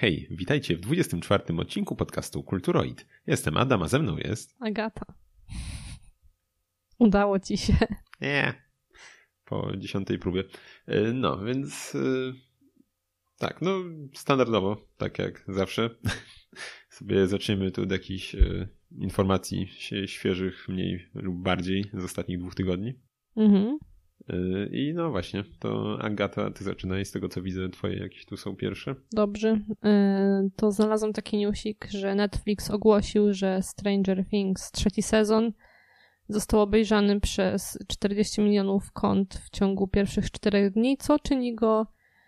Hej, witajcie w 24. odcinku podcastu Kulturoid. Jestem Adam, a ze mną jest... Agata. Udało ci się. Nie, po 10. próbie. No, więc tak, no standardowo, tak jak zawsze. Sobie zaczniemy tu od jakichś informacji świeżych, mniej lub bardziej z ostatnich 2 tygodni. Mhm. I no właśnie, to Agata, ty zaczynaj z tego, co widzę, twoje jakieś tu są pierwsze. Dobrze. To znalazłam taki newsik, że Netflix ogłosił, że Stranger Things 3. sezon został obejrzany przez 40 milionów kont w ciągu pierwszych 4 dni, co czyni go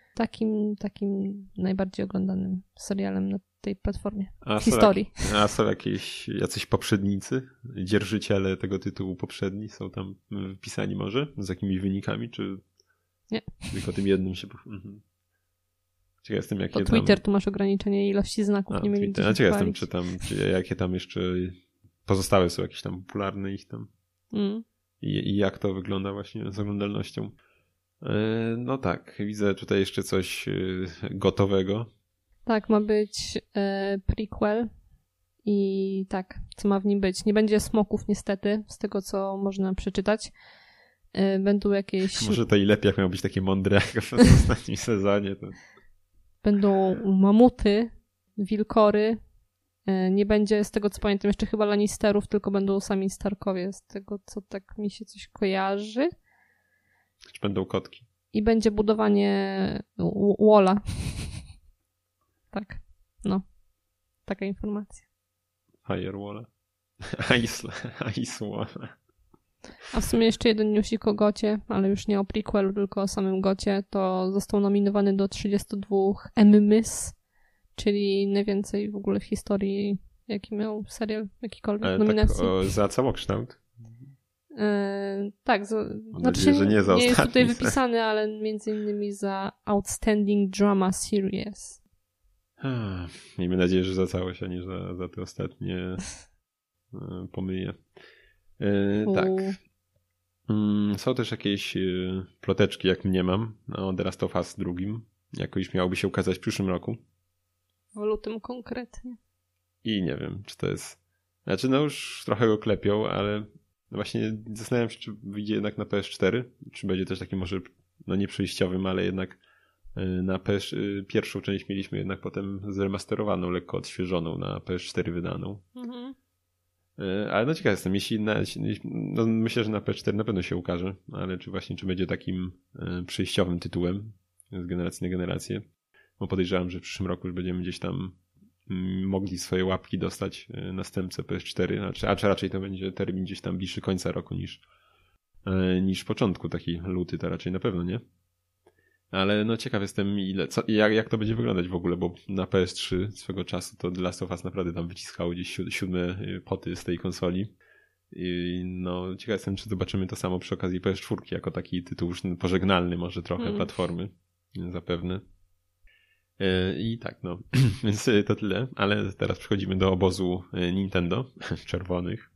takim najbardziej oglądanym serialem na tej platformie w historii. A są jacyś poprzednicy, dzierżyciele tego tytułu poprzedni są tam wpisani może? Z jakimiś wynikami, czy nie? Tylko tym jednym się... Ciekaw jestem, jakie to Twitter, tu masz ograniczenie ilości znaków, nie mieli gdzie się ciekaw jestem, jakie tam jeszcze pozostałe są jakieś tam popularne ich tam. I jak to wygląda właśnie z oglądalnością. No tak, widzę tutaj jeszcze coś gotowego. Tak, ma być prequel i tak, co ma w nim być. Nie będzie smoków niestety, z tego co można przeczytać. Będą jakieś... Może to i lepiej, jak miało być takie mądre jak w ostatnim sezonie. To... Będą mamuty, wilkory. Nie będzie, z tego co pamiętam, jeszcze chyba Lannisterów, tylko będą sami Starkowie, z tego co tak mi się coś kojarzy. Czy będą kotki? I będzie budowanie walla. Tak, no. Taka informacja. Firewalla. Ice walla. A w sumie jeszcze jeden newsik o Gocie, ale już nie o prequelu, tylko o samym Gocie. To został nominowany do 32 Emmys, czyli najwięcej w ogóle w historii, jaki miał serial, jakikolwiek nominacji. Tak, za całokształt? Tak, znaczy że nie jest tutaj wypisany, ale między innymi za Outstanding Drama Series. Miejmy nadzieję, że za całość, a nie za te ostatnie pomyje. Tak. Są też jakieś ploteczki, jak mniemam, o The Last of Us 2. Jakoś miałoby się ukazać w przyszłym roku. W lutym konkretnie. I nie wiem, czy to jest... Znaczy, no już trochę go klepią, ale właśnie zastanawiam się, czy wyjdzie jednak na PS4, czy będzie też taki może, no nie przejściowym, ale jednak na pierwszą część mieliśmy jednak potem zremasterowaną, lekko odświeżoną, na PS4 wydaną. Mhm. Ale no ciekaw jestem, no myślę, że na PS4 na pewno się ukaże, ale czy będzie takim przejściowym tytułem z generacji na generację, bo podejrzewam, że w przyszłym roku już będziemy gdzieś tam mogli swoje łapki dostać następcę PS4, a czy raczej to będzie termin gdzieś tam bliższy końca roku niż początku, taki luty to raczej na pewno nie. Ale no ciekaw jestem jak to będzie wyglądać w ogóle, bo na PS3 swego czasu to The Last of Us naprawdę tam wyciskało gdzieś 7 poty z tej konsoli. I no ciekaw jestem, czy zobaczymy to samo przy okazji PS4 jako taki tytuł już pożegnalny może trochę platformy zapewne. I tak no, więc to tyle, ale teraz przechodzimy do obozu Nintendo, czerwonych.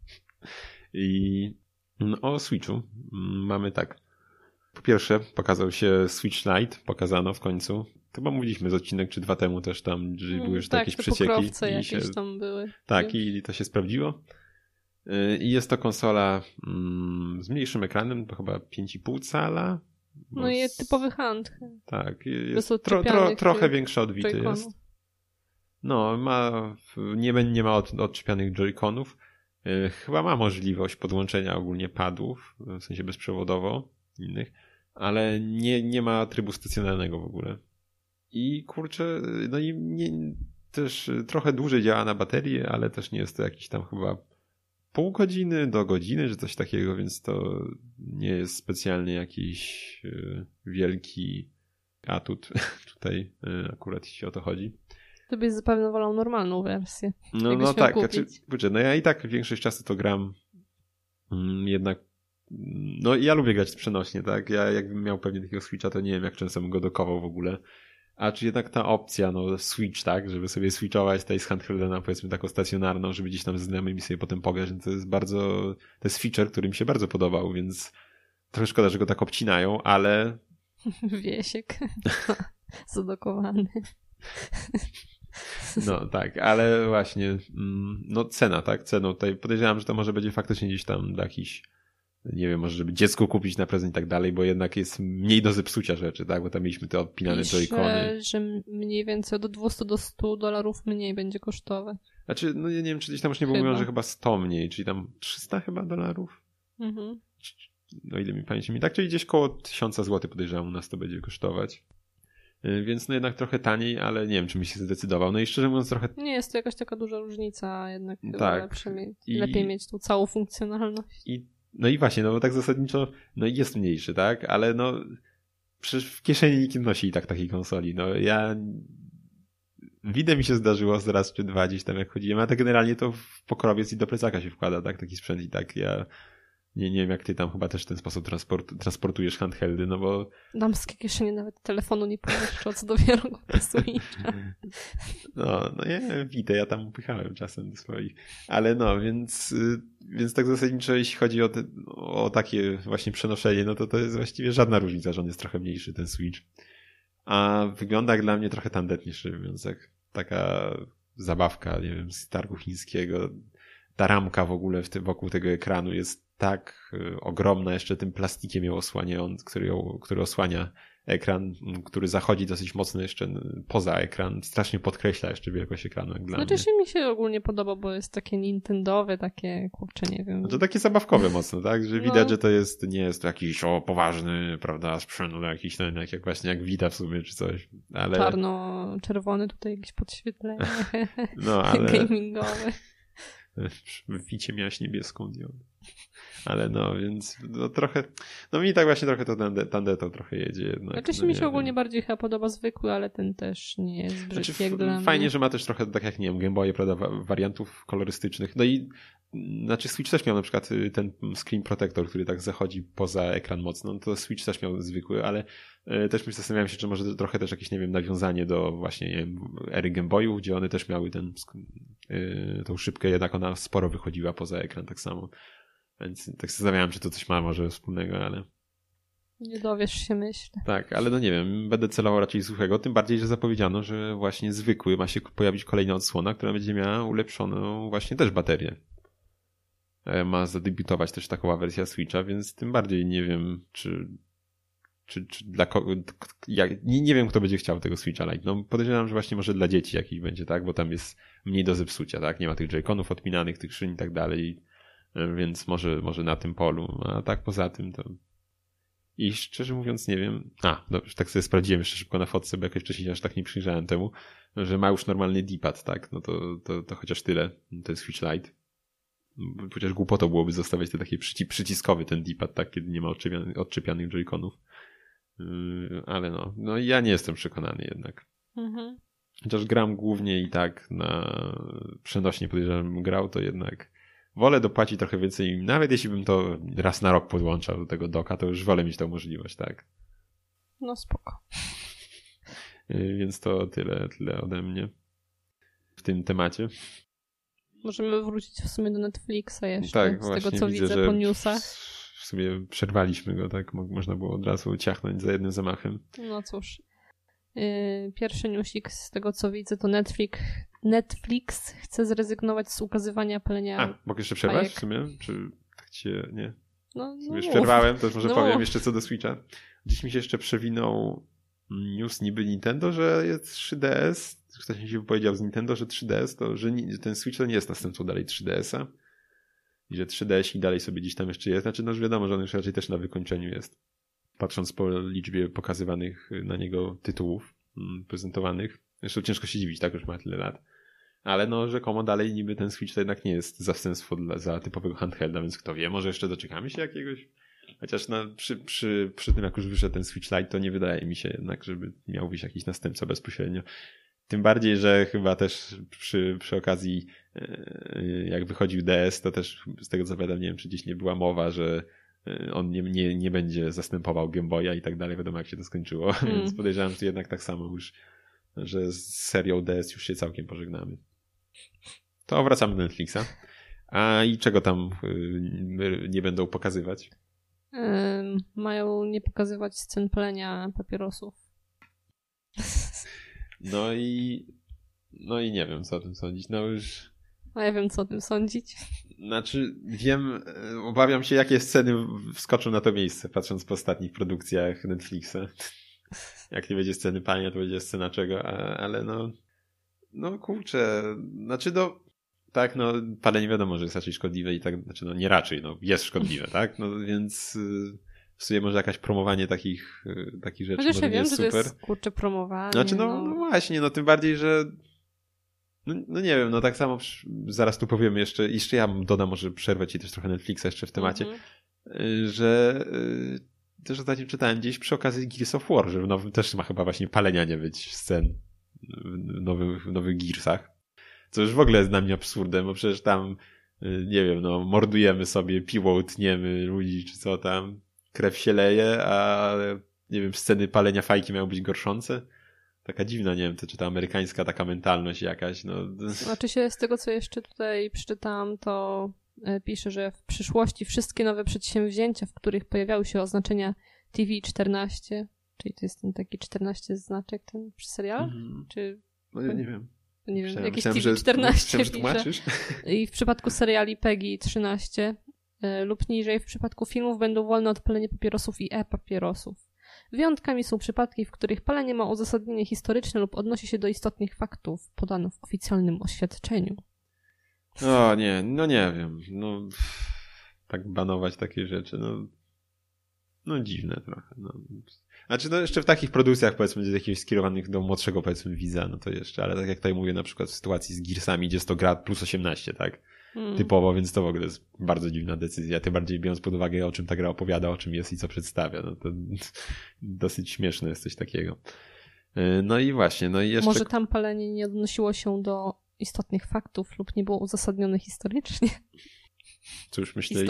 I o Switchu mamy tak. Po pierwsze, pokazał się Switch Lite, pokazano w końcu. Chyba mówiliśmy z odcinek czy 2 temu też tam, że były już jakieś przecieki. Pokrowce jakieś tam były. Tak, i to się sprawdziło. I jest to konsola z mniejszym ekranem, to chyba 5,5 cala. No i typowy hand. Tak, jest trochę większa od Vity jest. No, nie ma odczepianych Joy-Conów. Chyba ma możliwość podłączenia ogólnie padów, w sensie bezprzewodowo innych, ale nie ma trybu stacjonarnego w ogóle. I kurczę, no i też trochę dłużej działa na baterii, ale też nie jest to jakiś tam chyba pół godziny do godziny, czy coś takiego, więc to nie jest specjalnie jakiś wielki atut tutaj akurat jeśli o to chodzi. To byś zapewne wolał normalną wersję. No tak, no ja i tak większość czasu to gram jednak. No ja lubię grać przenośnie, tak? Ja jakbym miał pewnie takiego Switcha, to nie wiem jak często bym go dokował w ogóle. A czy jednak ta opcja, no Switch, tak? Żeby sobie switchować tutaj z handhelda na powiedzmy taką stacjonarną, żeby gdzieś tam z znajomymi sobie potem pograć, to jest feature, który mi się bardzo podobał, więc trochę szkoda, że go tak obcinają, ale... Wiesiek. Zadokowany. No tak, ale właśnie no cena, tak? Ceną tutaj podejrzewam, że to może będzie faktycznie gdzieś tam dla jakichś, nie wiem, może żeby dziecku kupić na prezent i tak dalej, bo jednak jest mniej do zepsucia rzeczy, tak? Bo tam mieliśmy te odpinane joycony. Że mniej więcej od 200 do $100 mniej będzie kosztować. Znaczy, no ja nie wiem, czy gdzieś tam już nie było mówione, że chyba 100 mniej, czyli tam 300 chyba dolarów. Mhm. No ile mi pamięci mi tak, czyli gdzieś koło 1000 zł podejrzewam u nas to będzie kosztować. Więc no jednak trochę taniej, ale nie wiem, czy mi się zdecydował. No i szczerze mówiąc trochę... Nie jest to jakaś taka duża różnica, jednak tak. lepiej mieć tą całą funkcjonalność. No i właśnie, no bo tak zasadniczo, no jest mniejszy, tak? Ale no przecież w kieszeni nikt nie nosi i tak takiej konsoli. No ja... Widzę mi się zdarzyło raz czy dwa gdzieś tam jak chodziłem, a tak generalnie to w pokrowiec i do plecaka się wkłada, tak? Taki sprzęt i tak ja... Nie wiem jak ty tam chyba też w ten sposób transportujesz handheldy, no bo... Damskie kieszenie nawet telefonu nie pomieszczą, co dopiero go Switcha. No ja widzę, ja tam upychałem czasem do swoich. Ale no, więc tak zasadniczo jeśli chodzi o takie właśnie przenoszenie, no to jest właściwie żadna różnica, że on jest trochę mniejszy, ten Switch. A wygląda jak dla mnie trochę tandetnie, szczerze mówiąc, jak taka zabawka, nie wiem, z targu chińskiego. Ta ramka w ogóle wokół tego ekranu jest tak ogromna, jeszcze tym plastikiem ją osłania, który osłania ekran, który zachodzi dosyć mocno jeszcze poza ekran, strasznie podkreśla jeszcze wielkość ekranu, jak dla mnie. Znaczy się mi się ogólnie podoba, bo jest takie nintendowe, takie, kurczę, nie wiem. No to takie zabawkowe mocno, tak? Że widać, że to nie jest to jakiś poważny, prawda, sprzęt, jakiś ten, jak właśnie jak Vita w sumie, czy coś. Ale... Czarno-czerwony tutaj jakieś podświetlenie no, ale... gamingowe. W Wicie miałaś niebieską diodę. Ale no, więc no trochę, no mi tak właśnie trochę to tandetą trochę jedzie jednak. Znaczy mi się ogólnie bardziej chyba podoba zwykły, ale ten też nie jest brzydki jak dla mnie. Fajnie, że ma też trochę, tak jak nie wiem, Game Boye, prawda, wariantów kolorystycznych. No i znaczy Switch też miał na przykład ten screen protector, który tak zachodzi poza ekran mocno. No to Switch też miał zwykły, ale też zastanawiałem się, czy może trochę też jakieś, nie wiem, nawiązanie do właśnie, nie wiem, ery Game Boyów, gdzie one też miały tą szybkę, jednak ona sporo wychodziła poza ekran tak samo. Więc tak zastanawiałem, czy to coś ma może wspólnego, ale... Nie dowiesz się, myślę. Tak, ale no nie wiem, będę celował raczej suchego, tym bardziej, że zapowiedziano, że właśnie zwykły ma się pojawić kolejna odsłona, która będzie miała ulepszoną właśnie też baterię. Ma zadebiutować też takowa wersja Switcha, więc tym bardziej nie wiem, czy dla kogo... Nie wiem, kto będzie chciał tego Switcha Lite. No podejrzewam, że właśnie może dla dzieci jakiś będzie, tak? Bo tam jest mniej do zepsucia, tak? Nie ma tych joyconów odpinanych, tych szyn i tak dalej. Więc może na tym polu. A tak poza tym to... I szczerze mówiąc nie wiem... Dobrze, tak sobie sprawdziłem jeszcze szybko na fotce, bo jakoś wcześniej aż tak nie przyjrzałem temu, że ma już normalny D-pad, tak? No to chociaż tyle. To jest Switch Lite. Chociaż głupotą byłoby zostawiać ten taki przyciskowy ten D-pad, tak? Kiedy nie ma odczepianych joyconów. Ale no ja nie jestem przekonany jednak. Mhm. Chociaż gram głównie i tak na przenośnie podejrzewam grał, to jednak wolę dopłacić trochę więcej. Nawet jeśli bym to raz na rok podłączał do tego doka, to już wolę mieć tę możliwość, tak? No spoko. Więc to tyle ode mnie w tym temacie. Możemy wrócić w sumie do Netflixa jeszcze, tak, z tego co widzę po newsach. W sumie przerwaliśmy go, tak? Można było od razu ciachnąć za jednym zamachem. No cóż. Pierwszy newsik z tego co widzę to Netflix chce zrezygnować z ukazywania palenia. Mogę jeszcze przerwać w sumie? Czy tak cię nie? No już przerwałem, to już może powiem jeszcze co do Switcha. Dziś mi się jeszcze przewinął news niby Nintendo, że jest 3DS. Ktoś mi się wypowiedział z Nintendo, że 3DS to, że ten Switch to nie jest następcą dalej 3DS-a. I że 3DS i dalej sobie gdzieś tam jeszcze jest. Znaczy, no już wiadomo, że on już raczej też na wykończeniu jest. Patrząc po liczbie pokazywanych na niego tytułów prezentowanych. Zresztą ciężko się dziwić, tak? Już ma tyle lat. Ale no rzekomo dalej niby ten Switch to jednak nie jest zastępstwo za typowego handhelda, więc kto wie, może jeszcze doczekamy się jakiegoś. Chociaż przy tym jak już wyszedł ten Switch Lite, to nie wydaje mi się jednak, żeby miał być jakiś następca bezpośrednio. Tym bardziej, że chyba też przy okazji jak wychodził DS, to też z tego co pamiętam, nie wiem czy gdzieś nie była mowa, że on nie będzie zastępował Game Boya i tak dalej, wiadomo jak się to skończyło, więc podejrzewam, że jednak tak samo już, że z serią DS już się całkiem pożegnamy. To wracamy do Netflixa. A i czego tam nie będą pokazywać? Mają nie pokazywać scen palenia papierosów. No i No i nie wiem, co o tym sądzić. No już... A ja wiem, co o tym sądzić. Znaczy, wiem, obawiam się, jakie sceny wskoczą na to miejsce, patrząc po ostatnich produkcjach Netflixa. Jak nie będzie sceny palenia, to będzie scena czego, ale no kurczę, znaczy tak, no palenie wiadomo, że jest raczej szkodliwe i tak, znaczy no nie raczej, no jest szkodliwe, tak, no więc w sumie może jakaś promowanie takich rzeczy Chociaż może ja nie wiem, jest że super. to jest kurczę promowanie. Znaczy no właśnie, no tym bardziej, że no nie wiem, no tak samo zaraz tu powiemy jeszcze ja dodam, może przerwę ci też trochę Netflixa jeszcze w temacie, że też ostatnio czytałem gdzieś przy okazji Gears of War, że w nowym też ma chyba właśnie palenia nie być scen w nowych Gearsach. Co już w ogóle jest dla mnie absurdem, bo przecież tam, nie wiem, no mordujemy sobie, piłą tniemy ludzi, czy co tam, krew się leje, a nie wiem, sceny palenia fajki miały być gorszące. Taka dziwna, nie wiem, czy ta amerykańska taka mentalność jakaś, no. Znaczy się z tego, co jeszcze tutaj przeczytałam, to pisze, że w przyszłości wszystkie nowe przedsięwzięcia, w których pojawiały się oznaczenia TV14, czyli to jest ten taki 14 znaczek ten przy serial? Czy... No ja nie wiem. Nie wiem, jakieś TV14 że tłumaczysz. I w przypadku seriali PEGI 13 lub niżej w przypadku filmów będą wolne od palenia papierosów i e-papierosów. Wyjątkami są przypadki, w których palenie ma uzasadnienie historyczne lub odnosi się do istotnych faktów podano w oficjalnym oświadczeniu. O nie, no nie wiem. No tak banować takie rzeczy, no dziwne trochę. No. Znaczy no jeszcze w takich produkcjach powiedzmy jakiegoś skierowanych do młodszego powiedzmy widza, no to jeszcze, ale tak jak tutaj mówię na przykład w sytuacji z Gearsami, gdzie jest to gra plus 18, tak? Typowo, więc to w ogóle jest bardzo dziwna decyzja, tym bardziej biorąc pod uwagę o czym ta gra opowiada, o czym jest i co przedstawia, no to dosyć śmieszne jest coś takiego. No i właśnie, no i jeszcze... Może tam palenie nie odnosiło się do istotnych faktów lub nie było uzasadnione historycznie. Cóż, myślę,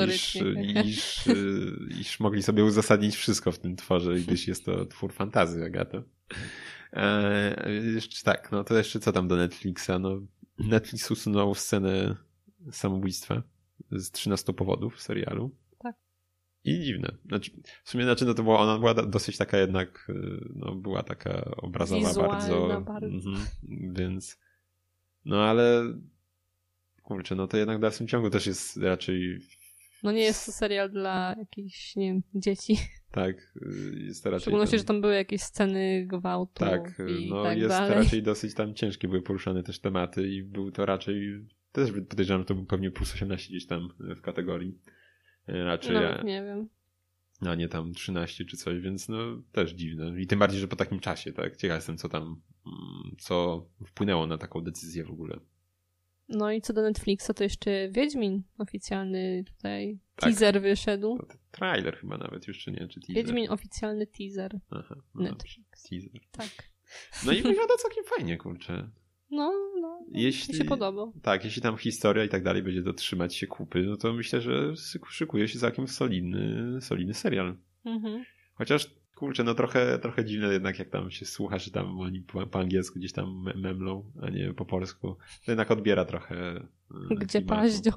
iż mogli sobie uzasadnić wszystko w tym tworze, gdyż jest to twór fantazji, Agata. Jeszcze tak, no to jeszcze co tam do Netflixa? No, Netflix usunął scenę samobójstwa z 13 powodów w serialu. Tak. I dziwne. W sumie no to ona była dosyć taka jednak, no była taka obrazowa wizualna bardzo. Więc no ale kurczę, no to jednak w dalszym ciągu też jest raczej... No nie jest to serial dla jakichś, nie wiem, dzieci. Tak, jest to raczej... W szczególności, że tam były jakieś sceny gwałtu tak, i no tak jest dalej. raczej dosyć tam ciężkie były poruszane też tematy i był to raczej, też podejrzewam, że to był pewnie plus 18 gdzieś tam w kategorii. Raczej nie wiem. A nie tam 13 czy coś, więc no też dziwne. I tym bardziej, że po takim czasie, tak? Ciekaw jestem, co wpłynęło na taką decyzję w ogóle. No i co do Netflixa, to jeszcze Wiedźmin oficjalny tutaj teaser wyszedł. To trailer chyba nawet, już czy nie, czy teaser. Wiedzimin oficjalny teaser. Aha, Netflix. Teaser. Tak. No i wygląda całkiem fajnie, kurczę. No, mi się podoba. Tak, jeśli tam historia i tak dalej będzie dotrzymać się kupy, no to myślę, że szykuje się całkiem solidny serial. Chociaż, kurczę, no trochę dziwne jednak, jak tam się słucha, że tam oni po angielsku gdzieś tam memlą, a nie po polsku. To jednak odbiera trochę Gdzie paździo?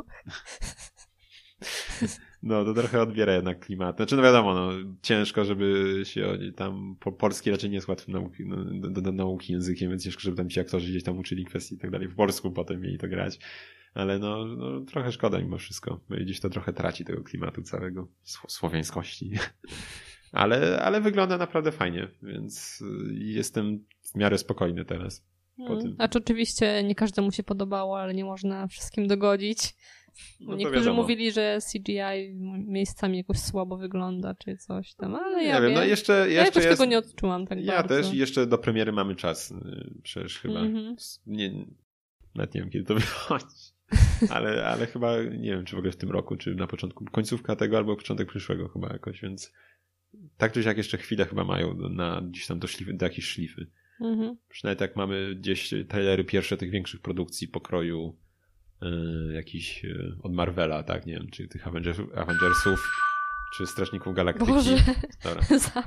No, to trochę odbiera jednak klimat. Znaczy, no wiadomo, no, ciężko, żeby się tam, polski raczej nie jest łatwym do nauki językiem, więc ciężko, żeby tam ci aktorzy gdzieś tam uczyli kwestii i tak dalej. W polsku potem mieli to grać. Ale no trochę szkoda mimo wszystko, bo gdzieś to trochę traci tego klimatu całego, słowiańskości. Ale wygląda naprawdę fajnie, więc jestem w miarę spokojny teraz po tym. A czy oczywiście nie każdemu się podobało, ale nie można wszystkim dogodzić. No niektórzy mówili, że CGI miejscami jakoś słabo wygląda, czy coś tam, ale ja wiem. No jeszcze jakoś tego nie odczułam tak ja bardzo. Ja też, jeszcze do premiery mamy czas, przecież chyba. Nawet nie wiem, kiedy to wychodzi. Ale chyba, nie wiem, czy w ogóle w tym roku, czy na początku, końcówka tego, albo początek przyszłego chyba jakoś, więc tak czy siak jeszcze chwilę chyba mają gdzieś tam do jakiejś szlify. Przynajmniej jak mamy gdzieś trailery pierwsze tych większych produkcji pokroju jakiś od Marvela, tak? Nie wiem, czy tych Avengersów, czy Strażników Galaktyki. Boże, dobra.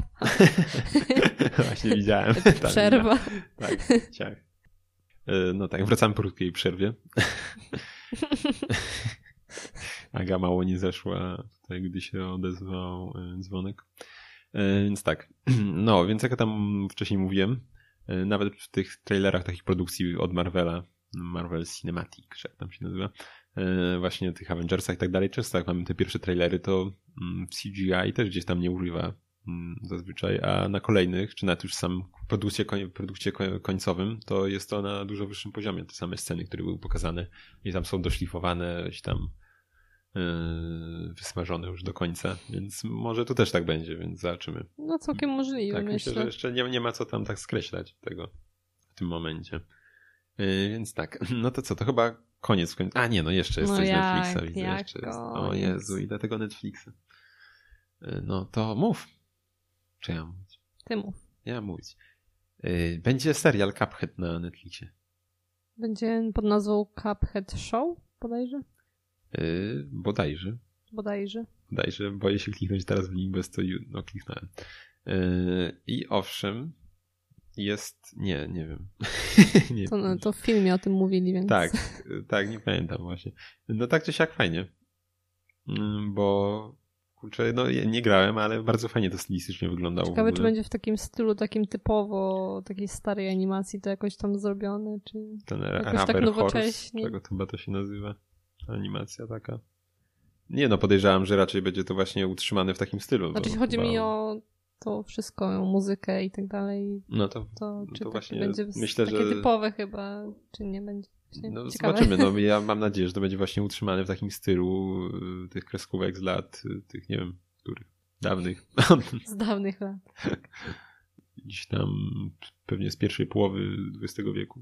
Właśnie widziałem. Przerwa. Tak, ciach. No tak, wracamy po krótkiej przerwie. Aga mało nie zeszła tutaj, gdy się odezwał dzwonek. Więc tak. No, więc jak ja tam wcześniej mówiłem, Nawet w tych trailerach takich produkcji od Marvela, Marvel Cinematic, że jak tam się nazywa, właśnie tych Avengersach i tak dalej, często jak mamy te pierwsze trailery, to CGI też gdzieś tam nie używa zazwyczaj, a na kolejnych, czy nawet już sam produkcie końcowym, to jest to na dużo wyższym poziomie. Te same sceny, które były pokazane i tam są doszlifowane, gdzieś tam wysmażone już do końca, więc może tu też tak będzie, więc zobaczymy. No całkiem możliwe, tak, myślę, że jeszcze nie ma co tam tak skreślać tego w tym momencie. Więc tak, no to co, to chyba koniec. A nie, no jeszcze jest coś z Netflixa, widzę. Jeszcze jest. O Jezu, ile tego Netflixa. No to mów. Czy ja mówić? Ty mów. Ja mówić. Będzie serial Cuphead na Netflixie. Będzie pod nazwą Cuphead Show, bodajże? Bodajże. Bodajże, boję się kliknąć teraz w link, bo jest to... No, kliknąłem. I owszem, jest... Nie wiem. Nie, to w filmie o tym mówili, więc... Tak, nie pamiętam właśnie. No tak czy siak fajnie. Bo... Kurczę, no nie grałem, ale bardzo fajnie to stylistycznie wyglądało. Ciekawe, czy będzie w takim stylu, takim typowo takiej starej animacji to jakoś tam zrobione, czy ten jakoś tak nowocześnie. Czego to chyba to się nazywa? Ta animacja taka. Nie no, podejrzewam, że raczej będzie to właśnie utrzymane w takim stylu. Znaczy chodzi mi o to wszystko, o muzykę i tak dalej. No to czy to właśnie będzie myślę, takie typowe chyba, czy nie będzie? No ciekawe. Zobaczymy, no ja mam nadzieję, że to będzie właśnie utrzymane w takim stylu tych kreskówek z lat, tych nie wiem, których dawnych. Z dawnych lat. Gdzieś tam pewnie z pierwszej połowy XX wieku.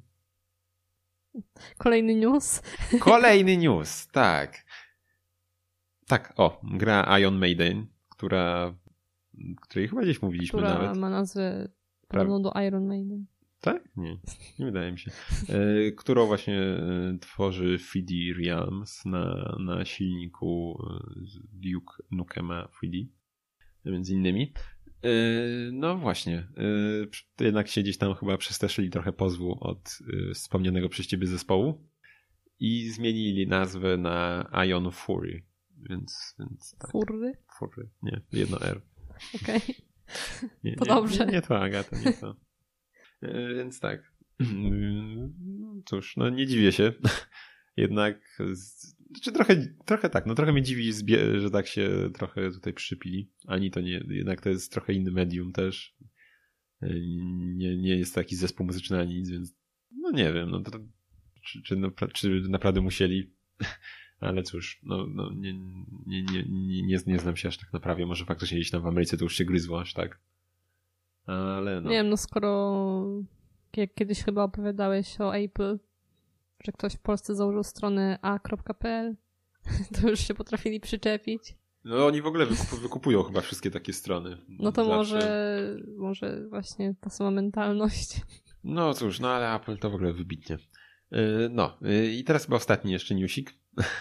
Kolejny news, tak. Tak, gra Iron Maiden, której chyba gdzieś mówiliśmy która nawet. Która ma nazwę podobną do Iron Maiden. Tak? Nie wydaje mi się. Którą właśnie tworzy 3D Realms na silniku Duke Nukema 3D. Między innymi. No właśnie. Jednak się gdzieś tam chyba przestraszyli trochę pozwu od wspomnianego przez ciebie zespołu i zmienili nazwę na Ion Fury. Więc tak. Fury? Fury. Nie, jedno R. Okej. To dobrze. Nie to, Agata, nie to. Więc tak. Cóż, no nie dziwię się. Jednak trochę tak, no trochę mnie dziwi, że tak się trochę tutaj przyszczypili. Ani to nie, jednak to jest trochę inny medium też. Nie jest to jakiś zespół muzyczny ani nic, więc no nie wiem, no to, czy naprawdę musieli. Ale cóż, nie znam się aż tak naprawdę. Może faktycznie gdzieś tam w Ameryce to już się gryzło aż tak. Ale no. Nie wiem, no skoro jak kiedyś chyba opowiadałeś o Apple, że ktoś w Polsce założył stronę a.pl, to już się potrafili przyczepić. No oni w ogóle wykupują chyba wszystkie takie strony. No to może właśnie ta sama mentalność. No cóż, no ale Apple to w ogóle wybitnie. No i teraz chyba ostatni jeszcze newsik.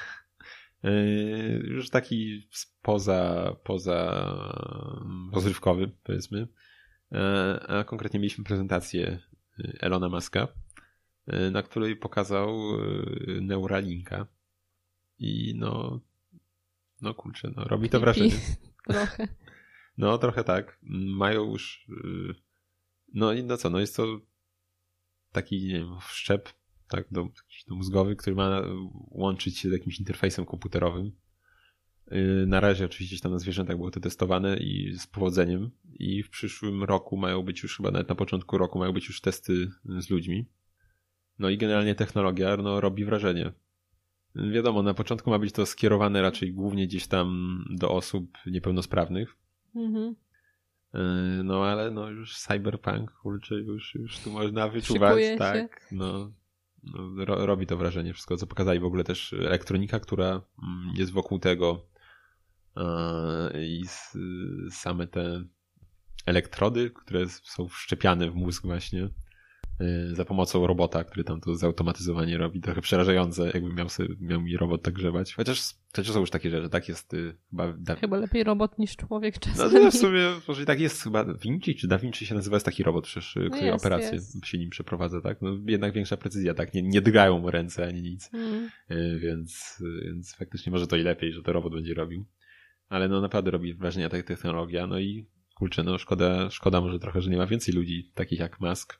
Już taki poza rozrywkowy, powiedzmy. A konkretnie mieliśmy prezentację Elona Muska, na której pokazał Neuralinka. I no kurczę, no robi to wrażenie. Trochę. No trochę tak. Mają już no i no co, no jest to taki, nie wiem, wszczep tak, do mózgowy, który ma łączyć się z jakimś interfejsem komputerowym. Na razie oczywiście tam na zwierzętach było to testowane i z powodzeniem i w przyszłym roku mają być już, chyba nawet na początku roku mają być już testy z ludźmi. No i generalnie technologia robi wrażenie. Wiadomo, na początku ma być to skierowane raczej głównie gdzieś tam do osób niepełnosprawnych. Mhm. No ale no już cyberpunk, kurczę, już tu można wyczuwać. Szykuje tak, się. no robi to wrażenie wszystko, co pokazali w ogóle też elektronika, która jest wokół tego i same te elektrody, które są wszczepiane w mózg właśnie za pomocą robota, który tam to zautomatyzowanie robi. Trochę przerażające, jakby miał mi robot tak grzebać. Chociaż są już takie rzeczy, tak jest chyba lepiej robot niż człowiek czasami. No w sumie, może tak jest chyba Vinci, czy Da Vinci się nazywa, jest taki robot przecież, który operację się nim przeprowadza, tak? No jednak większa precyzja, tak? Nie drgają mu ręce ani nic. Więc faktycznie może to i lepiej, że to robot będzie robił. Ale no naprawdę robi wrażenie ta technologia, no i kurczę, no szkoda może trochę, że nie ma więcej ludzi takich jak Musk,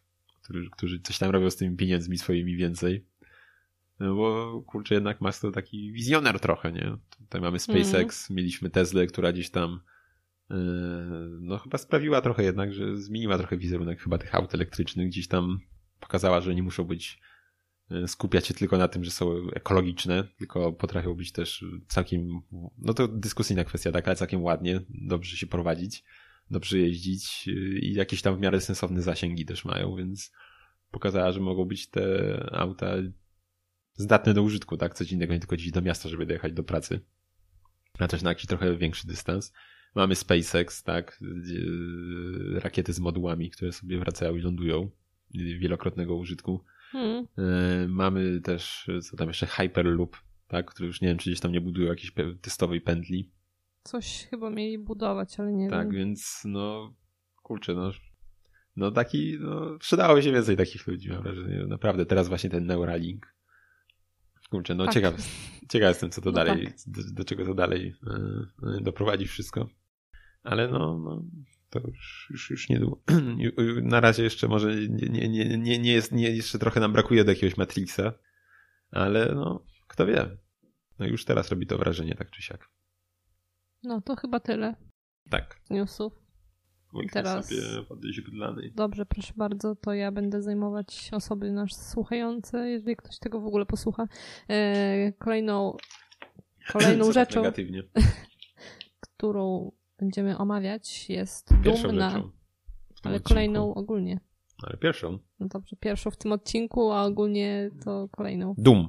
którzy coś tam robią z tymi pieniędzmi swoimi więcej. No bo kurczę, jednak Musk to taki wizjoner trochę, nie? Tutaj mamy SpaceX, mieliśmy Teslę, która gdzieś tam no chyba sprawiła trochę jednak, że zmieniła trochę wizerunek chyba tych aut elektrycznych, gdzieś tam pokazała, że nie muszą skupiać się tylko na tym, że są ekologiczne, tylko potrafią być też całkiem, no to dyskusyjna kwestia taka, ale całkiem ładnie, dobrze się prowadzić, dobrze jeździć i jakieś tam w miarę sensowne zasięgi też mają, więc pokazała, że mogą być te auta zdatne do użytku, tak, codziennego, nie tylko gdzieś do miasta, żeby dojechać do pracy, a też na jakiś trochę większy dystans. Mamy SpaceX, tak, rakiety z modułami, które sobie wracają i lądują, wielokrotnego użytku. Mamy też, co tam jeszcze, Hyperloop, tak, który już nie wiem, czy gdzieś tam nie budują jakiejś testowej pętli. Coś chyba mieli budować, ale nie wiem. Tak, więc no, kurczę, no taki, no, przydało się więcej takich ludzi, mam wrażenie, naprawdę. Teraz właśnie ten Neuralink. Kurczę, no tak. Ciekaw jestem, co to no dalej, tak. do czego to dalej doprowadzi wszystko. Ale no to już niedługo. Na razie jeszcze może nie jeszcze trochę nam brakuje do jakiegoś Matrixa, ale no, kto wie. No już teraz robi to wrażenie, tak czy siak. No to chyba tyle. Tak. Z newsów. I teraz sobie podejść bydlanej. Dobrze, proszę bardzo, to ja będę zajmować osoby nas słuchające, jeżeli ktoś tego w ogóle posłucha. Kolejną rzeczą, negatywnie. którą będziemy omawiać, jest pierwszą Doom rzeczą ale kolejną ogólnie. Ale pierwszą. No dobrze, pierwszą w tym odcinku, a ogólnie to kolejną. Doom.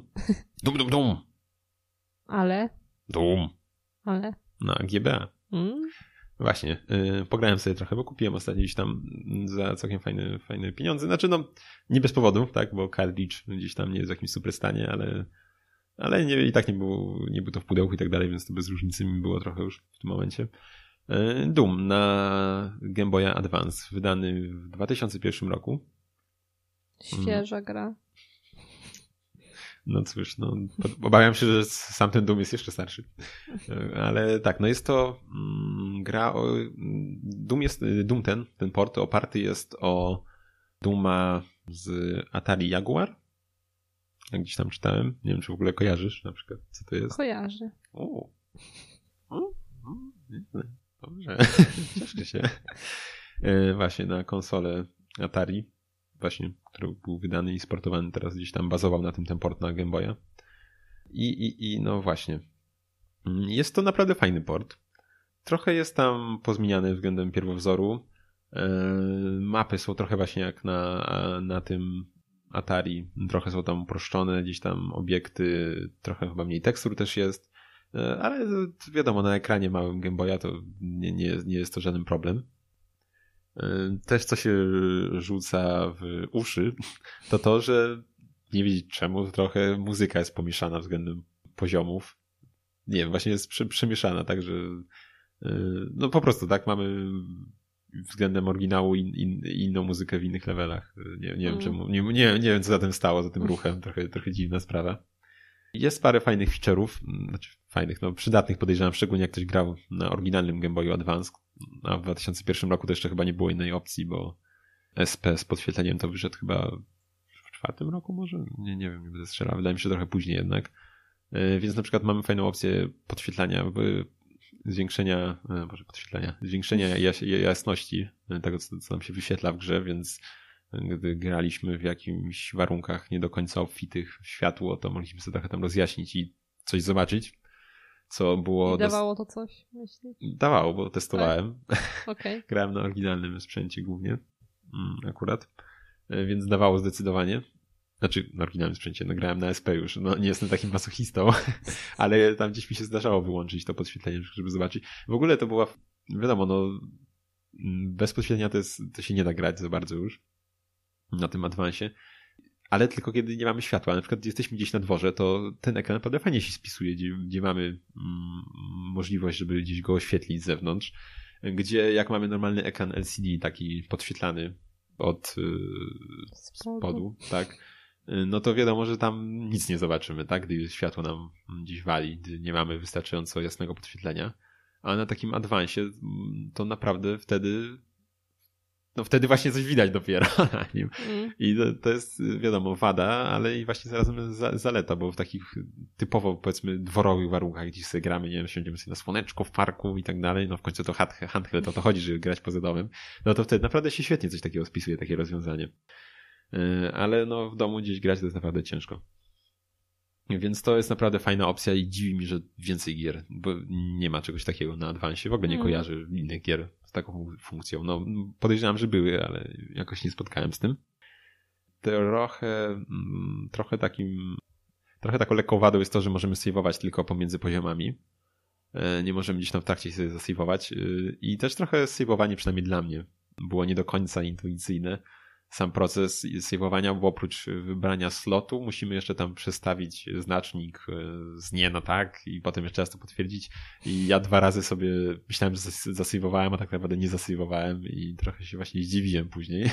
Ale? Doom. Ale? Na GBA. Właśnie, pograłem sobie trochę, bo kupiłem ostatnio gdzieś tam za całkiem fajne pieniądze. Znaczy no, nie bez powodu, tak, bo cartridge gdzieś tam nie jest w jakimś super stanie, ale i tak nie był to w pudełku i tak dalej, więc to bez różnicy mi było trochę już w tym momencie. Doom na Game Boya Advance, wydany w 2001 roku. Świeża gra. No cóż, no, obawiam się, że sam ten Doom jest jeszcze starszy. Ale tak, no jest to gra o... Doom ten port oparty jest o Dooma z Atari Jaguar. Jak gdzieś tam czytałem. Nie wiem, czy w ogóle kojarzysz na przykład, co to jest. Kojarzę. Dobrze, cieszę się. Właśnie na konsolę Atari, właśnie, który był wydany i sportowany teraz gdzieś tam, bazował na tym ten port na Game Boya. I no właśnie. Jest to naprawdę fajny port. Trochę jest tam pozmieniany względem pierwowzoru. Mapy są trochę właśnie jak na tym Atari. Trochę są tam uproszczone, gdzieś tam obiekty, trochę chyba mniej tekstur też jest. Ale wiadomo, na ekranie małym Game Boya to nie jest to żaden problem. Też co się rzuca w uszy, to, że nie wiedzieć czemu trochę muzyka jest pomieszana względem poziomów. Nie wiem, właśnie jest przemieszana, tak, że no po prostu tak, mamy względem oryginału inną muzykę w innych levelach. Nie wiem czemu, nie wiem co za tym stało, za tym ruchem, trochę dziwna sprawa. Jest parę fajnych feature'ów, znaczy fajnych, no przydatnych podejrzewam, szczególnie jak ktoś grał na oryginalnym Game Boyu Advance, a w 2001 roku to jeszcze chyba nie było innej opcji, bo SP z podświetleniem to wyszedł chyba w 2004 roku może? Nie wiem, nie będę strzelał, wydaje mi się trochę później jednak. Więc na przykład mamy fajną opcję podświetlania, zwiększenia jasności tego, co nam się wyświetla w grze, więc gdy graliśmy w jakimś warunkach nie do końca obfitych w światło, to mogliśmy sobie trochę tam rozjaśnić i coś zobaczyć, co było... I dawało to coś, myślisz? Dawało, bo testowałem. Tak? Okay. Grałem na oryginalnym sprzęcie głównie, akurat, więc dawało zdecydowanie. Znaczy, na oryginalnym sprzęcie, no grałem na SP już, no nie jestem takim masochistą, ale tam gdzieś mi się zdarzało wyłączyć to podświetlenie, żeby zobaczyć. W ogóle to była, wiadomo, no bez podświetlenia to się nie da grać za bardzo już na tym Advance'ie, ale tylko kiedy nie mamy światła. Na przykład gdy jesteśmy gdzieś na dworze, to ten ekran naprawdę fajnie się spisuje, gdzie mamy możliwość, żeby gdzieś go oświetlić z zewnątrz, gdzie jak mamy normalny ekran LCD, taki podświetlany od spodu, tak, no to wiadomo, że tam nic nie zobaczymy, tak, gdy światło nam gdzieś wali, gdy nie mamy wystarczająco jasnego podświetlenia. A na takim Advance'ie to naprawdę wtedy no wtedy właśnie coś widać dopiero na nim. I to jest, wiadomo, wada, ale i właśnie zarazem zaleta, bo w takich typowo, powiedzmy, dworowych warunkach, gdzie sobie gramy, nie wiem, siądziemy sobie na słoneczko w parku i tak dalej, no w końcu to handheld, o to chodzi, żeby grać poza domem, no to wtedy naprawdę się świetnie coś takiego spisuje, takie rozwiązanie. Ale no w domu gdzieś grać to jest naprawdę ciężko. Więc to jest naprawdę fajna opcja i dziwi mi, że więcej gier, bo nie ma czegoś takiego na Advance'ie, w ogóle nie kojarzę innych gier z taką funkcją. No podejrzewam, że były, ale jakoś nie spotkałem z tym. Trochę taką lekką wadą jest to, że możemy save'ować tylko pomiędzy poziomami. Nie możemy gdzieś tam w trakcie sobie zasave'ować i też trochę save'owanie, przynajmniej dla mnie, było nie do końca intuicyjne. Sam proces save'owania, bo oprócz wybrania slotu musimy jeszcze tam przestawić znacznik z nie na tak i potem jeszcze raz to potwierdzić. I ja 2 razy sobie myślałem, że zasave'owałem, a tak naprawdę nie zasave'owałem i trochę się właśnie zdziwiłem później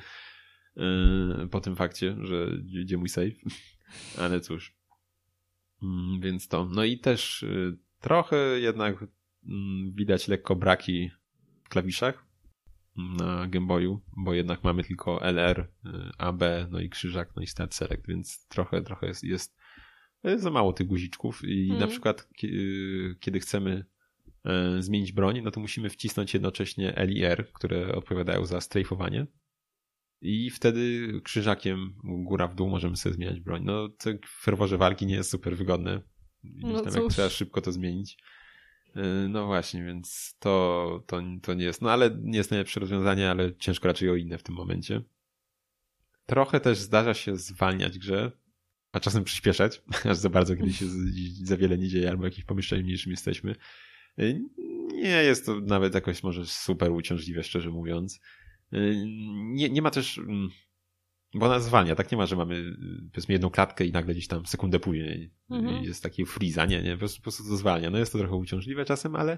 po tym fakcie, że gdzie mój save. Ale cóż. Więc to. No i też trochę jednak widać lekko braki w klawiszach na Game Boyu, bo jednak mamy tylko LR, AB, no i krzyżak, no i Start Select, więc trochę jest za mało tych guziczków i na przykład kiedy chcemy zmienić broń, no to musimy wcisnąć jednocześnie L i R, które odpowiadają za strajfowanie i wtedy krzyżakiem góra w dół możemy sobie zmieniać broń. No to w ferworze walki nie jest super wygodne. No tam jak trzeba szybko to zmienić. No właśnie, więc to nie jest, no ale nie jest najlepsze rozwiązanie, ale ciężko raczej o inne w tym momencie. Trochę też zdarza się zwalniać grze, a czasem przyspieszać, aż za bardzo, kiedy się za wiele nie dzieje, albo w jakimś pomieszczeniu mniejszym jesteśmy. Nie jest to nawet jakoś może super uciążliwe, szczerze mówiąc. Nie ma też, bo ona zwalnia, tak nie ma, że mamy powiedzmy jedną klatkę i nagle gdzieś tam sekundę później jest taki freeza, nie, po prostu to zwalnia. No jest to trochę uciążliwe czasem, ale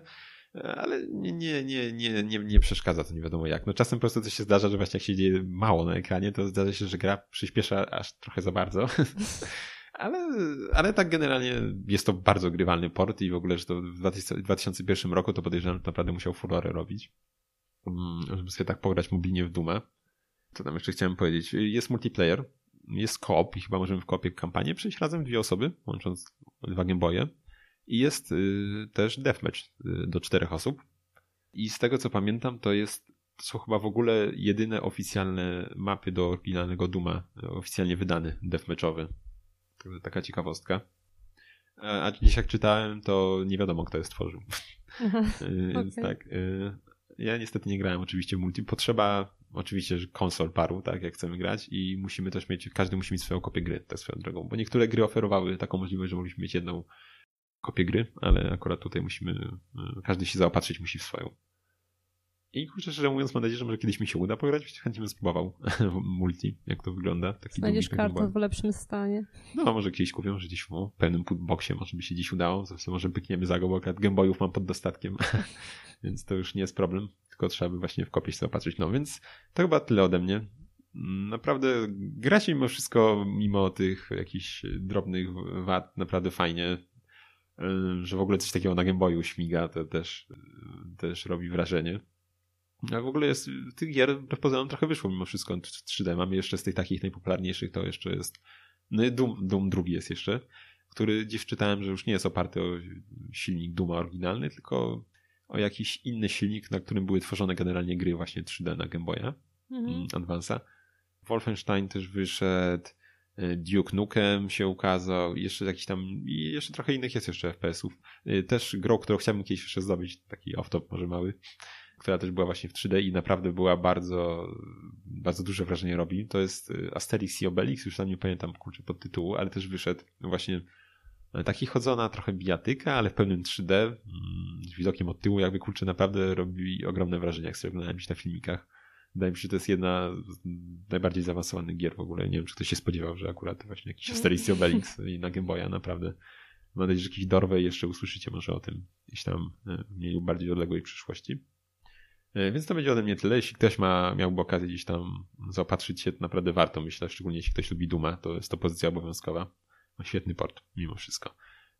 nie przeszkadza to nie wiadomo jak. No czasem po prostu coś się zdarza, że właśnie jak się dzieje mało na ekranie, to zdarza się, że gra przyspiesza aż trochę za bardzo. Ale tak generalnie jest to bardzo grywalny port i w ogóle, że to w 2001 roku to podejrzewam, że naprawdę musiał furorę robić, żeby sobie tak pograć mobilnie w Doom'a. Co tam jeszcze chciałem powiedzieć? Jest multiplayer, jest co-op i chyba możemy w co-opie kampanię przejść razem 2 osoby, łącząc 2 Game Boye. I jest też deathmatch do 4 osób. I z tego co pamiętam, to są chyba w ogóle jedyne oficjalne mapy do oryginalnego Doom'a, oficjalnie wydany deathmatchowy. To taka ciekawostka. A dziś jak czytałem, to nie wiadomo kto je stworzył. Więc tak. Ja niestety nie grałem oczywiście w multi. Potrzeba oczywiście konsol paru, tak, jak chcemy grać i musimy też mieć, każdy musi mieć swoją kopię gry, tak swoją drogą, bo niektóre gry oferowały taką możliwość, że mogliśmy mieć jedną kopię gry, ale akurat tutaj każdy się zaopatrzyć musi w swoją. I kurczę, szczerze mówiąc, mam nadzieję, że może kiedyś mi się uda pograć, chętnie bym spróbował multi, jak to wygląda. Znajdziesz kartę w lepszym stanie. No, może kiedyś kupię, że gdzieś w pełnym boxie może by się dziś udało, może pykniemy za go, bo akurat Game Boyów mam pod dostatkiem, więc to już nie jest problem, tylko trzeba by właśnie w kopie się zaopatrzyć. No, więc to chyba tyle ode mnie. Naprawdę gra się mimo wszystko, mimo tych jakichś drobnych wad, naprawdę fajnie, że w ogóle coś takiego na Game Boyu śmiga, to też robi wrażenie. A w ogóle tych gier pozorom trochę wyszło mimo wszystko 3D. Mamy jeszcze z tych takich najpopularniejszych, to jeszcze jest Doom drugi jest jeszcze, który gdzieś czytałem, że już nie jest oparty o silnik Dooma oryginalny, tylko o jakiś inny silnik, na którym były tworzone generalnie gry właśnie 3D na Game Boya Advance'a. Wolfenstein też wyszedł, Duke Nukem się ukazał, jeszcze jakiś tam, i jeszcze trochę innych jest jeszcze FPS-ów. Też grą, którą chciałbym kiedyś jeszcze zdobyć, taki off-top może mały, która też była właśnie w 3D i naprawdę była bardzo, bardzo duże wrażenie robi. To jest Asterix i Obelix, już tam nie pamiętam kurczę podtytułu, ale też wyszedł właśnie taki chodzona trochę bijatyka, ale w pełnym 3D, z widokiem od tyłu, jakby kurczę naprawdę robi ogromne wrażenie, jak sobie oglądałem na filmikach. Wydaje mi się, że to jest jedna z najbardziej zaawansowanych gier w ogóle. Nie wiem, czy ktoś się spodziewał, że akurat właśnie jakiś Asterix i Obelix i na Game Boya naprawdę. Mam nadzieję, że jakiś dorwę jeszcze usłyszycie może o tym gdzieś tam w mniej lub bardziej odległej przyszłości. Więc to będzie ode mnie tyle. Jeśli ktoś miałby okazję gdzieś tam zaopatrzyć się, to naprawdę warto, myślę, szczególnie jeśli ktoś lubi Dooma, to jest to pozycja obowiązkowa. Ma świetny port, mimo wszystko.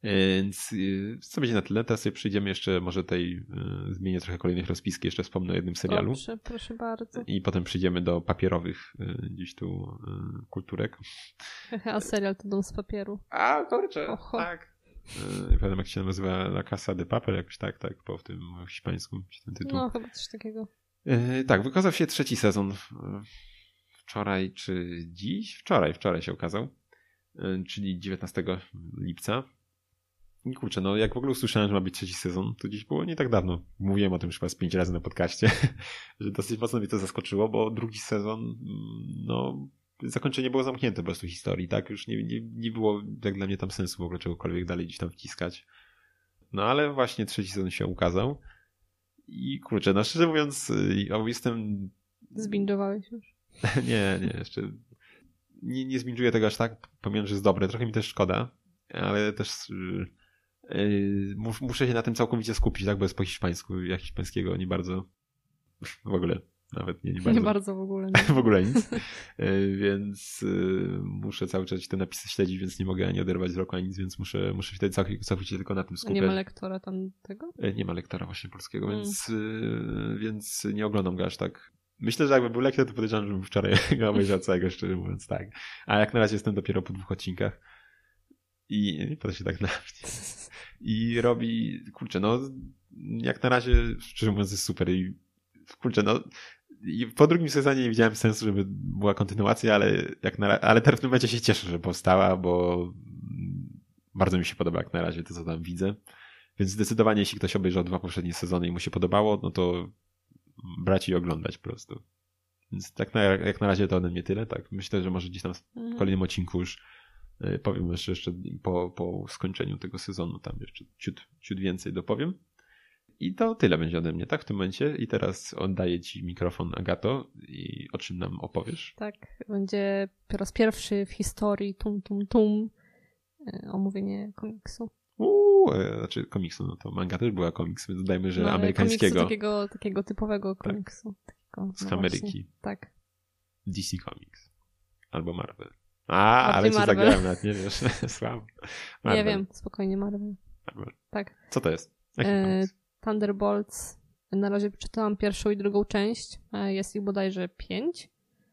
Więc co będzie na tyle. Teraz sobie przyjdziemy jeszcze, może zmienię trochę kolejnych rozpiski, jeszcze wspomnę o jednym serialu. Dobrze, proszę bardzo. I potem przyjdziemy do papierowych gdzieś tu kulturek. A serial to Dom z papieru. A, kurczę, Oho. tak. Nie pamiętam jak się nazywa La Casa de Papel, jakoś tak, po tym hiszpańsku ten tytuł. No, chyba coś takiego. Tak, wykazał się 3. sezon wczoraj czy dziś? Wczoraj się ukazał, czyli 19 lipca. I kurczę, no jak w ogóle usłyszałem, że ma być 3. sezon, to dziś było nie tak dawno. Mówiłem o tym już chyba z 5 razy na podcaście, że dosyć mocno mnie to zaskoczyło, bo 2. sezon, no zakończenie było zamknięte po prostu historii, tak? Już nie było jak dla mnie tam sensu w ogóle czegokolwiek dalej gdzieś tam wciskać. No ale właśnie 3. sezon się ukazał i kurczę, no szczerze mówiąc, jestem... Zbindowałeś już? Nie, jeszcze nie zbindżuję tego aż tak, pomimo, że jest dobre. Trochę mi też szkoda, ale też muszę się na tym całkowicie skupić, tak, bo jest po hiszpańsku. Ja hiszpańskiego nie bardzo w ogóle, nawet nie bardzo. Nie bardzo w ogóle. Nie. W ogóle nic. Więc muszę cały czas te napisy śledzić, więc nie mogę ani oderwać wzroku, ani nic, więc muszę się wtedy całkowicie tylko na tym skupiać. Nie ma lektora tam tego? Nie ma lektora właśnie polskiego, więc nie oglądam go aż tak. Myślę, że jakby był lektor, to podejrzewam, żebym wczoraj go obejrzał całego, szczerze mówiąc, tak. A jak na razie jestem dopiero po 2 odcinkach. I potem się tak na mnie. I robi, kurczę, no jak na razie, szczerze mówiąc, jest super. I kurczę, no i po 2. sezonie nie widziałem sensu, żeby była kontynuacja, ale teraz w tym momencie się cieszę, że powstała, bo bardzo mi się podoba jak na razie to, co tam widzę. Więc zdecydowanie, jeśli ktoś obejrzał 2 poprzednie sezony i mu się podobało, no to brać i oglądać po prostu. Więc tak jak na razie to ode mnie tyle. Tak, myślę, że może gdzieś tam w kolejnym odcinku już powiem jeszcze po skończeniu tego sezonu tam jeszcze ciut więcej dopowiem. I to tyle będzie ode mnie, tak, w tym momencie. I teraz oddaję ci mikrofon, Agato, i o czym nam opowiesz? Tak, będzie po raz pierwszy w historii omówienie komiksu. Znaczy komiksu, no to manga też była komiks, więc dodajmy, że amerykańskiego. Takiego typowego komiksu. Tak. Takiego, z Ameryki. Tak. DC Comics. Albo Marvel. Ale cię zagrałem nawet, nie wiesz. Słabo. Nie wiem, spokojnie Marvel. Tak. Co to jest? Thunderbolts. Na razie przeczytałam 1. i 2. część. Jest ich bodajże 5.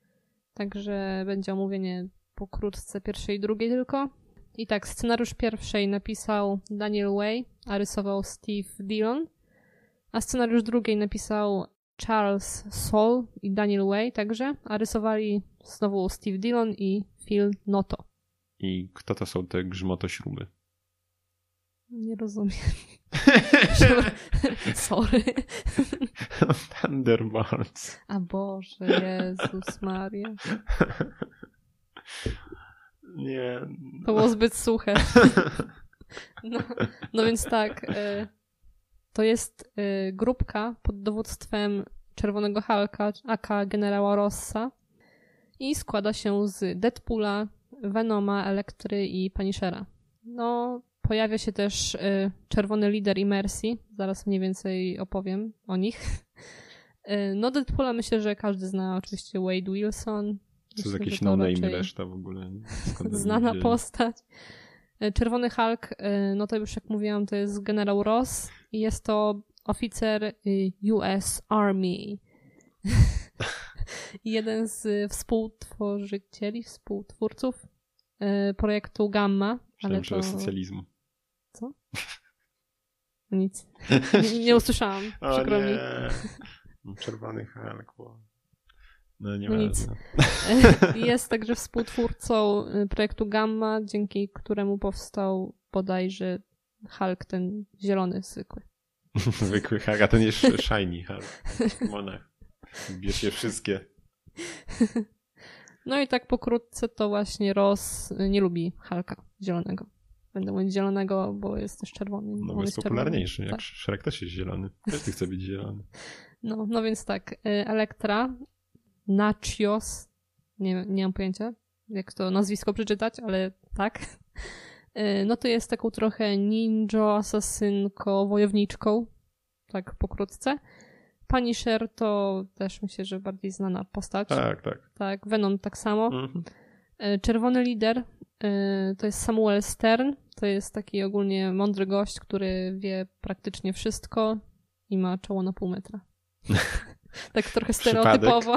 Także będzie omówienie pokrótce 1. i 2. tylko. I tak, scenariusz 1. napisał Daniel Way, a rysował Steve Dillon. A scenariusz 2. napisał Charles Soule i Daniel Way także, a rysowali znowu Steve Dillon i Phil Noto. I kto to są te grzmotośruby? Nie rozumiem. Sorry. Thunderbolts. A Boże, Jezus Maria. Nie. To było zbyt suche. No więc tak, to jest grupka pod dowództwem Czerwonego Hulka, aka generała Rossa i składa się z Deadpoola, Venoma, Elektry i Punishera. No, pojawia się też Czerwony Lider i Mercy, zaraz mniej więcej opowiem o nich. No Deadpoola myślę, że każdy zna, oczywiście Wade Wilson. Co jest jakiś no-name reszta w ogóle. Znana postać. Czerwony Hulk, no to już jak mówiłam, to jest generał Ross i jest to oficer US Army. Jeden z współtwórców projektu Gamma. Myślałem, że socjalizmu. Co? Nic. Nie usłyszałam. Przykro mi. Czerwony Hulk. No nie ma nic. Jest także współtwórcą projektu Gamma, dzięki któremu powstał bodajże Hulk ten zielony zwykły. Zwykły Hulk, a ten jest shiny Hulk. Monach. Bierz je wszystkie. No i tak pokrótce to właśnie Ross nie lubi Hulka zielonego. Będę mówić zielonego, bo jest też czerwony. No bo jest popularniejszy, czerwony. jak tak. Shrek też jest zielony. Każdy chce być zielony. No więc tak, Elektra, Nachios, nie mam pojęcia, jak to nazwisko przeczytać, ale tak. No to jest taką trochę ninja, asasynką, wojowniczką, tak pokrótce. Punisher to też myślę, że bardziej znana postać. Tak. Tak, Venom tak samo. Czerwony Lider to jest Samuel Stern, to to jest taki ogólnie mądry gość, który wie praktycznie wszystko i ma czoło na pół metra. Tak trochę stereotypowo.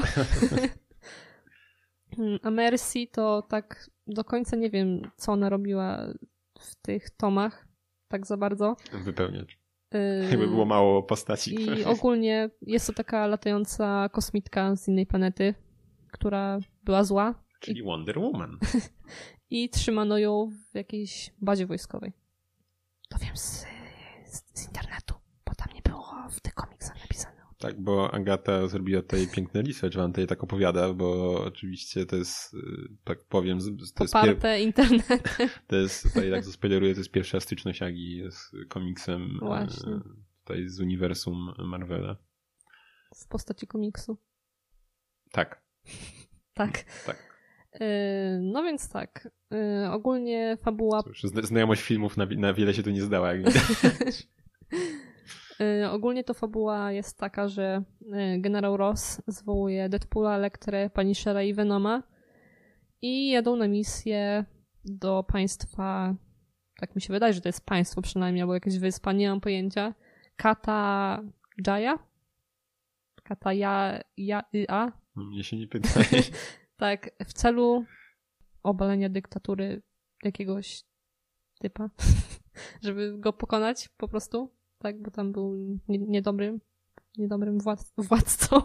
A Mercy to tak do końca nie wiem, co ona robiła w tych tomach, tak za bardzo. Wypełniać. Jakby było mało postaci. I ogólnie jest to taka latająca kosmitka z innej planety, która była zła. Czyli Wonder Woman. I trzymano ją w jakiejś bazie wojskowej. To wiem z internetu, bo tam nie było w tych komiksach napisane. Tak, bo Agata zrobiła tutaj piękny research, wam tutaj tak opowiada, bo oczywiście to jest, tak powiem, to poparte internetem. To jest, tutaj tak zaspoileruję, to jest pierwsza styczność Agi z komiksem. Właśnie. Tutaj z uniwersum Marvela. W postaci komiksu. Tak. Tak. Tak. No więc tak. Ogólnie fabuła... Cóż, znajomość filmów na wiele się tu nie zdała, jak widać. Ogólnie to fabuła jest taka, że generał Ross zwołuje Deadpoola, Elektrę, Punishera i Venoma i jadą na misję do państwa, tak mi się wydaje, że to jest państwo przynajmniej, albo jakaś wyspa, nie mam pojęcia, Kata Jaya? Kata Ja. Mnie się nie pytaj. Tak, w celu obalenia dyktatury jakiegoś typa, żeby go pokonać po prostu, tak, bo tam był niedobrym władcą.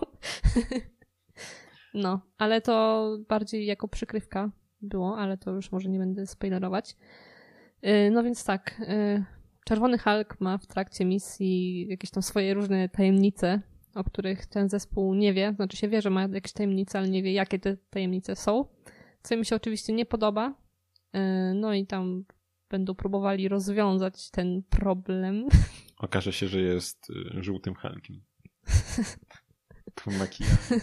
No, ale to bardziej jako przykrywka było, ale to już może nie będę spoilerować. No więc tak, Czerwony Hulk ma w trakcie misji jakieś tam swoje różne tajemnice, o których ten zespół nie wie. Znaczy się wie, że ma jakieś tajemnice, ale nie wie, jakie te tajemnice są. Co mi się oczywiście nie podoba. No i tam będą próbowali rozwiązać ten problem. Okaże się, że jest żółtym Hulkiem. Po makijażu.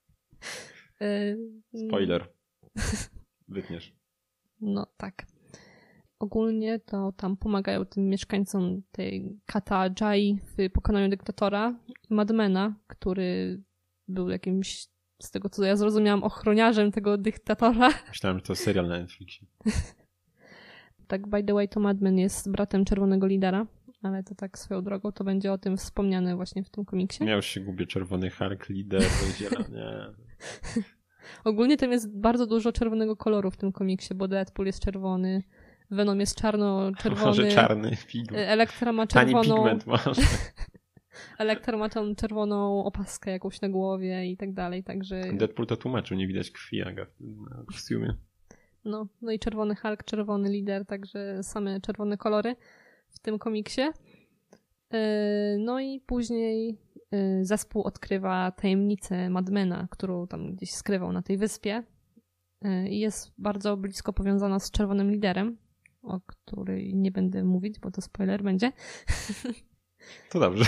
Spoiler. Wytniesz. No tak. Ogólnie to tam pomagają tym mieszkańcom tej Kata Jai w pokonaniu dyktatora i Madmana, który był jakimś, z tego co ja zrozumiałam, ochroniarzem tego dyktatora. Myślałem, że to serial na Netflixie. Tak, by the way, to Madman jest bratem Czerwonego Lidera, ale to tak swoją drogą, to będzie o tym wspomniane właśnie w tym komiksie. Ja już się gubię, Czerwony Hulk, Lider, zielony. Ogólnie tam jest bardzo dużo czerwonego koloru w tym komiksie, bo Deadpool jest czerwony, Venom jest czarno-czerwony. Może czarny figur. Elektra ma czerwoną... Tani pigment może. Elektra ma tą czerwoną opaskę jakąś na głowie i tak dalej, także... Deadpool to tłumaczył, nie widać krwi Aga na kostiumie. No i Czerwony Hulk, Czerwony Lider, także same czerwone kolory w tym komiksie. No i później zespół odkrywa tajemnicę Madmana, którą tam gdzieś skrywał na tej wyspie i jest bardzo blisko powiązana z Czerwonym Liderem, o której nie będę mówić, bo to spoiler będzie. To dobrze.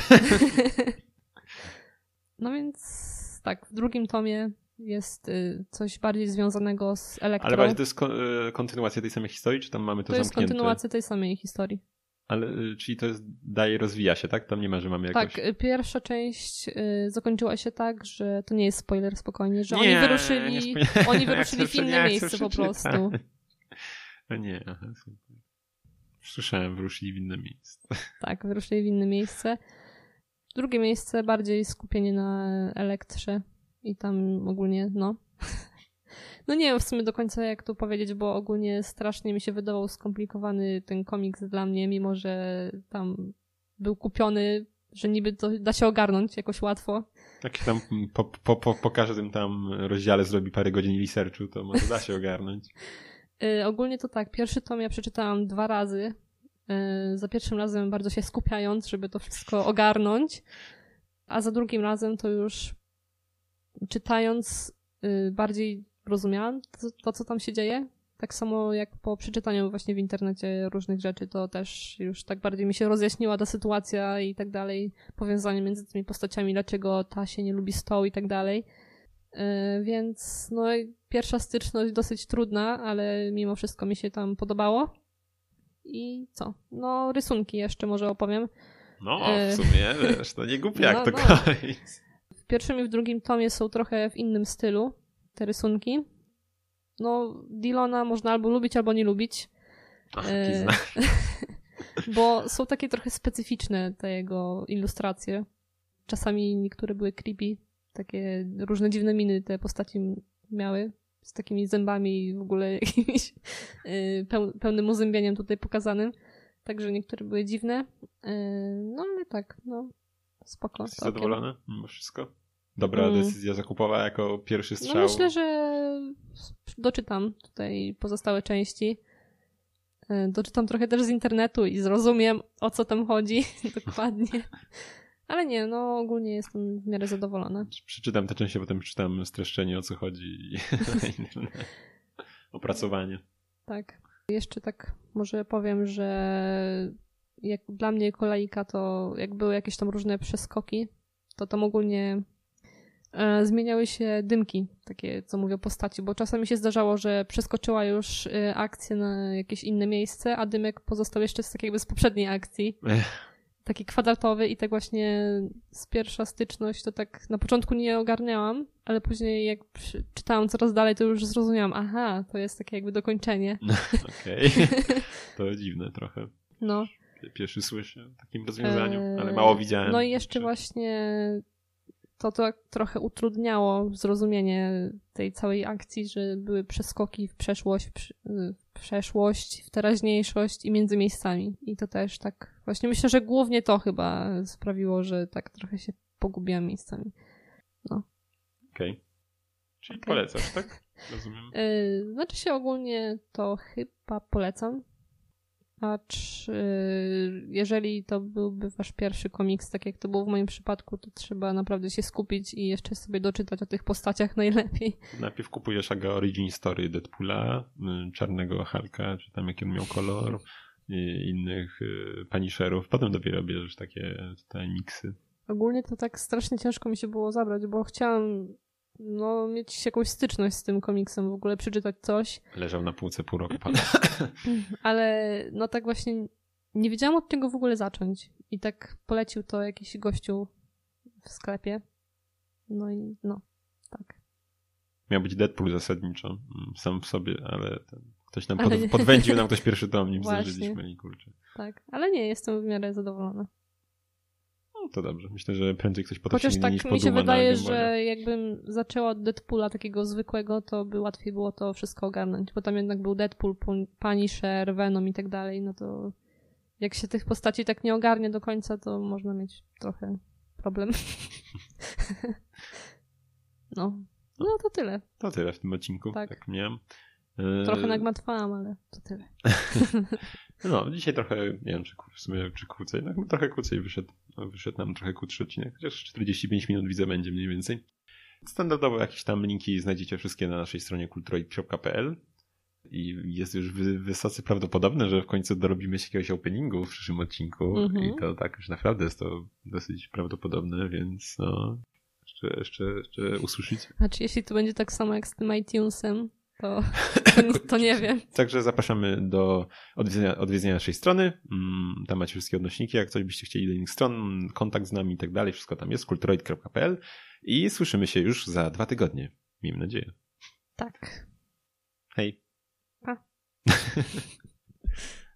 No więc tak, w drugim tomie jest coś bardziej związanego z Elektrą. Ale bardziej to jest kontynuacja tej samej historii, czy tam mamy to zamknięte? To jest kontynuacja tej samej historii. Ale, czyli to jest, rozwija się, tak? Tam nie ma, że mamy jakoś... Tak, pierwsza część zakończyła się tak, że to nie jest spoiler, spokojnie, że nie, oni wyruszyli w inne miejsce po prostu. A nie, aha, super. Słyszałem, wyruszyli w inne miejsce. Tak, wyruszyli w inne miejsce. Drugie miejsce bardziej skupienie na Elektrze i tam ogólnie, no nie wiem w sumie do końca jak to powiedzieć, bo ogólnie strasznie mi się wydawał skomplikowany ten komiks dla mnie, mimo że tam był kupiony, że niby to da się ogarnąć jakoś łatwo. Jak się tam po każdym tam rozdziale zrobi parę godzin researchu, to może da się ogarnąć. Ogólnie to tak, pierwszy tom ja przeczytałam 2 razy. Za pierwszym razem bardzo się skupiając, żeby to wszystko ogarnąć, a za drugim razem to już czytając bardziej rozumiałam to, co tam się dzieje. Tak samo jak po przeczytaniu właśnie w internecie różnych rzeczy, to też już tak bardziej mi się rozjaśniła ta sytuacja i tak dalej, powiązanie między tymi postaciami, dlaczego ta się nie lubi stołu i tak dalej. Więc no pierwsza styczność dosyć trudna, ale mimo wszystko mi się tam podobało. I co? No rysunki jeszcze może opowiem. No w sumie, wiesz, to nie głupie jak to komiks. W pierwszym i w drugim tomie są trochę w innym stylu te rysunki. No Dylana można albo lubić, albo nie lubić. Bo są takie trochę specyficzne te jego ilustracje. Czasami niektóre były creepy, takie różne dziwne miny te postaci miały, z takimi zębami i w ogóle jakimś pełnym uzębieniem tutaj pokazanym. Także niektóre były dziwne. No ale tak, no spoko. Jesteś zadowolony mimo wszystko? Dobra decyzja zakupowa jako pierwszy strzał? No myślę, że doczytam tutaj pozostałe części. Doczytam trochę też z internetu i zrozumiem, o co tam chodzi dokładnie. Ale nie, no ogólnie jestem w miarę zadowolona. Przeczytam tę część, a potem przeczytam streszczenie, o co chodzi i opracowanie. Tak. Jeszcze tak może powiem, że jak dla mnie kolejka to jak były jakieś tam różne przeskoki, to tam ogólnie zmieniały się dymki, takie co mówię o postaci, bo czasami się zdarzało, że przeskoczyła już akcję na jakieś inne miejsce, a dymek pozostał jeszcze z takiej jakby z poprzedniej akcji. Taki kwadratowy i tak właśnie z pierwsza styczność to tak na początku nie ogarniałam, ale później jak czytałam coraz dalej, to już zrozumiałam, aha, to jest takie jakby dokończenie. Okej. To dziwne trochę. No. Pierwszy słyszę o takim rozwiązaniu, ale mało widziałem. No i jeszcze właśnie to trochę utrudniało zrozumienie tej całej akcji, że były przeskoki w przeszłość, w teraźniejszość i między miejscami. I to też tak, właśnie myślę, że głównie to chyba sprawiło, że tak trochę się pogubiłam miejscami. No. Okej. Czyli polecasz, tak? Rozumiem. Znaczy się ogólnie to chyba polecam. Acz jeżeli to byłby wasz pierwszy komiks, tak jak to było w moim przypadku, to trzeba naprawdę się skupić i jeszcze sobie doczytać o tych postaciach najlepiej. Najpierw kupujesz Aga Origin Story Deadpoola, czarnego Hulka, czy tam jaki on miał kolor, i innych Punisherów. Potem dopiero bierzesz takie tutaj miksy. Ogólnie to tak strasznie ciężko mi się było zabrać, bo chciałam mieć jakąś styczność z tym komiksem, w ogóle przeczytać coś. Leżał na półce pół roku. Ale tak właśnie nie wiedziałam od czego w ogóle zacząć. I tak polecił to jakiś gościu w sklepie. No i tak. Miał być Deadpool zasadniczo, sam w sobie, ale ktoś nam podwędził nam ktoś pierwszy tom, nim zdążyliśmy i kurczę. Tak, ale nie, jestem w miarę zadowolona. No to dobrze. Myślę, że prędzej ktoś potem chociaż sięgnie niż tak mi się poduma wydaje, że jakbym zaczęła od Deadpoola takiego zwykłego, to by łatwiej było to wszystko ogarnąć, bo tam jednak był Deadpool, Punisher, Venom i tak dalej, no to jak się tych postaci tak nie ogarnie do końca, to można mieć trochę problem. No to tyle. To tyle w tym odcinku, tak miałem. Trochę nagmatwałam, ale to tyle. No, dzisiaj trochę, nie wiem, czy krócej, trochę krócej wyszedł nam trochę krótszy odcinek, chociaż 45 minut widzę będzie mniej więcej. Standardowo jakieś tam linki znajdziecie wszystkie na naszej stronie kulturoid.pl i jest już wysoce prawdopodobne, że w końcu dorobimy się jakiegoś openingu w przyszłym odcinku i to tak już naprawdę jest to dosyć prawdopodobne, więc jeszcze usłyszycie. A czy jeśli to będzie tak samo jak z tym iTunesem, to nie wiem. Także zapraszamy do odwiedzenia naszej strony. Tam macie wszystkie odnośniki, jak coś byście chcieli do innych stron, kontakt z nami i tak dalej. Wszystko tam jest, kulturoid.pl i słyszymy się już za 2 tygodnie. Miejmy nadzieję. Tak. Hej. Pa.